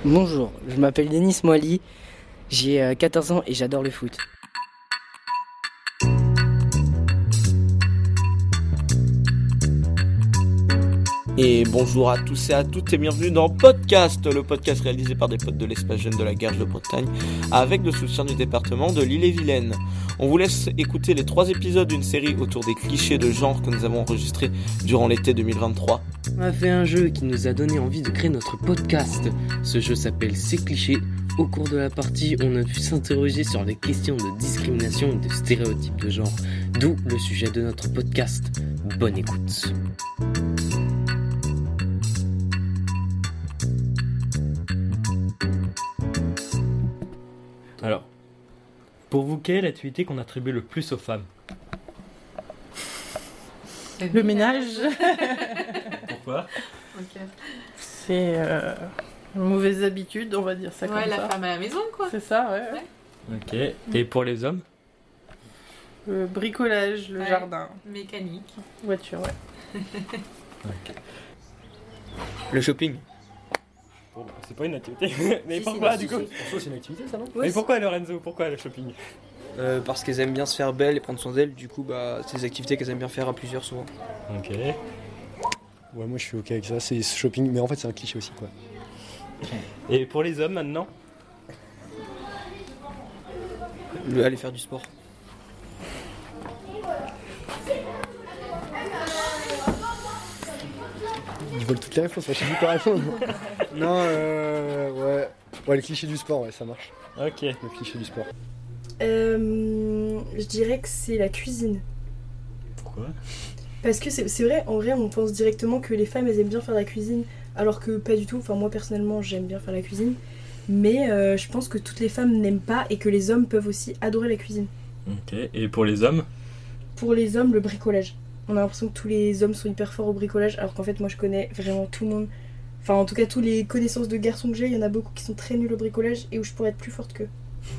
Bonjour, je m'appelle Denis Moali, j'ai 14 ans et j'adore le foot. Et bonjour à tous et à toutes et bienvenue dans Podcast, le podcast réalisé par des potes de l'espace jeune de la Garde de Bretagne avec le soutien du département de l'Ille-et-Vilaine. On vous laisse écouter les 3 épisodes d'une série autour des clichés de genre que nous avons enregistrés durant l'été 2023. On a fait un jeu qui nous a donné envie de créer notre podcast. Ce jeu s'appelle C'est cliché. Au cours de la partie, on a pu s'interroger sur les questions de discrimination et de stéréotypes de genre, d'où le sujet de notre podcast. Bonne écoute. Alors, pour vous, quelle est l'activité qu'on attribue le plus aux femmes? Le ménage. Pourquoi? Okay. C'est une mauvaise habitude, on va dire ça comme ça. Ouais, la femme à la maison, quoi. C'est ça, ouais. Ok. Et pour les hommes? Le bricolage, le jardin. Mécanique. Voiture, ouais. Ok. Le shopping. Bon, c'est pas une activité. Mais pourquoi du coup? C'est une activité ça, non? Mais pourquoi Lorenzo? Pourquoi le shopping? Parce qu'elles aiment bien se faire belles et prendre soin d'elles, du coup bah c'est des activités qu'elles aiment bien faire à plusieurs souvent. Ok. Ouais, moi je suis ok avec ça, c'est shopping, mais en fait c'est un cliché aussi quoi. Et pour les hommes maintenant? Aller faire du sport. Ils veulent toutes les réponses, moi je sais plus quoi répondre. Non, ouais, le cliché du sport, ouais, ça marche. Ok. Le cliché du sport. Je dirais que c'est la cuisine. Pourquoi? Parce que c'est vrai, en vrai, on pense directement que les femmes, elles aiment bien faire la cuisine, alors que pas du tout. Enfin, moi, personnellement, j'aime bien faire la cuisine. Mais je pense que toutes les femmes n'aiment pas et que les hommes peuvent aussi adorer la cuisine. Ok. Et pour les hommes? Pour les hommes, le bricolage. On a l'impression que tous les hommes sont hyper forts au bricolage, alors qu'en fait, moi, je connais vraiment tout le monde. Enfin, en tout cas, tous les connaissances de garçons que j'ai, il y en a beaucoup qui sont très nuls au bricolage et où je pourrais être plus forte qu'eux.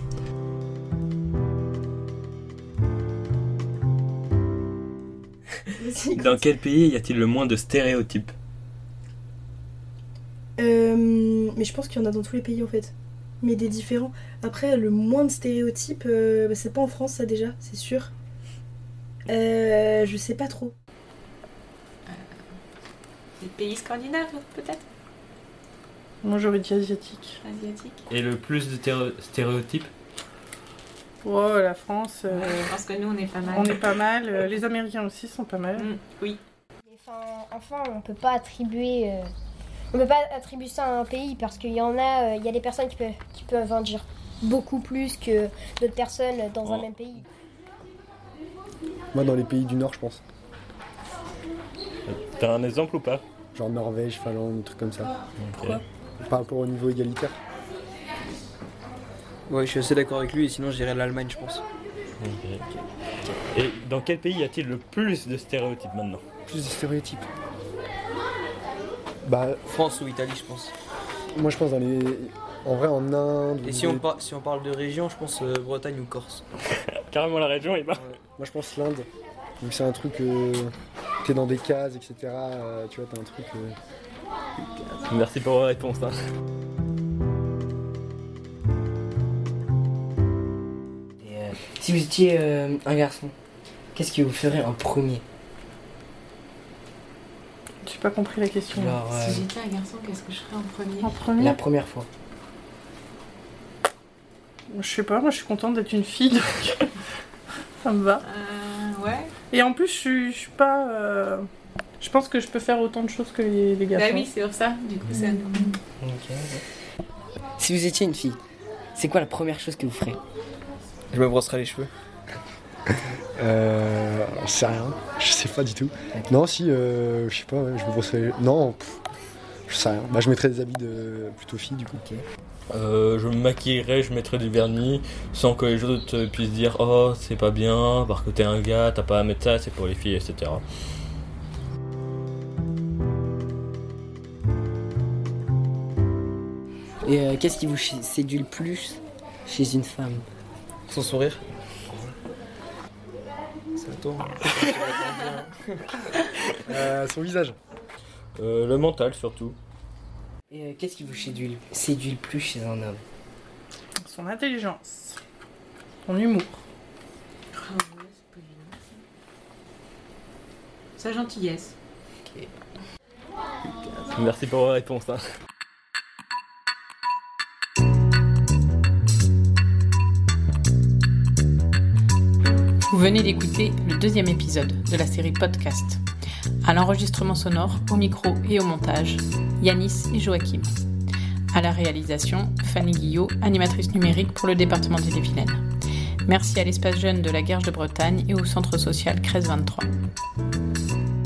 Dans quel pays y a-t-il le moins de stéréotypes? Mais je pense qu'il y en a dans tous les pays en fait. Mais des différents. Après, le moins de stéréotypes, c'est pas en France ça déjà, c'est sûr. Je sais pas trop. Les pays scandinaves, peut-être? Moi j'aurais dit asiatique. Asiatique. Et le plus de stéréotypes? Oh, la France. Je pense que nous, on est pas mal. On est pas mal. Les Américains aussi sont pas mal. Oui. Enfin, on peut pas attribuer ça à un pays parce qu'il y en a, il y a des personnes qui peuvent en dire beaucoup plus que d'autres personnes dans un même pays. Moi dans les pays du Nord je pense. T'as un exemple ou pas? Genre Norvège, Finlande, des trucs comme ça. Pourquoi? Par rapport au niveau égalitaire. Ouais, je suis assez d'accord avec lui et sinon je dirais l'Allemagne je pense. Ok. Et dans quel pays y a-t-il le plus de stéréotypes maintenant? Plus de stéréotypes. Bah, France ou Italie je pense. moi je pense en vrai en Inde. Et si on parle de région, je pense Bretagne ou Corse. Carrément la région, et bah. Moi je pense l'Inde. Donc c'est un truc, t'es dans des cases, etc. Tu vois, t'as un truc... Merci pour la réponse. Hein. Et, si vous étiez un garçon, qu'est-ce que vous ferez en premier? J'ai pas compris la question. Genre, Si j'étais un garçon, qu'est-ce que je ferais en premier? En premier, la première fois. je sais pas, moi je suis contente d'être une fille, donc ça me va. Ouais. Et en plus, je suis pas... Je pense que je peux faire autant de choses que les garçons. Bah oui, c'est pour ça. Du coup, c'est à nous. Ok. Si vous étiez une fille, c'est quoi la première chose que vous ferez? Je me brosserai les cheveux. Je sais rien, je sais pas du tout. Non, si, je sais pas, je me brosserais... Non, je sais rien. Bah, je mettrais des habits de plutôt fille du coup. Ok. Je me maquillerais, je mettrais du vernis sans que les autres puissent dire oh c'est pas bien parce que t'es un gars, t'as pas à mettre ça, c'est pour les filles, etc. Et qu'est-ce qui vous séduit le plus chez une femme? Son sourire. C'est à toi. Son visage. Le mental surtout. Et qu'est-ce qui vous séduit le plus chez un homme? Son intelligence. Son humour. Ah ouais, c'est pas évident, ça. Sa gentillesse. Merci pour vos réponses. Hein. Vous venez d'écouter le 2e épisode de la série podcast. À l'enregistrement sonore, au micro et au montage, Yanis et Joachim. À la réalisation, Fanny Guillot, animatrice numérique pour le département d'Ille-et-Vilaine. Merci à l'espace jeune de la Guerche de Bretagne et au centre social CRES 23.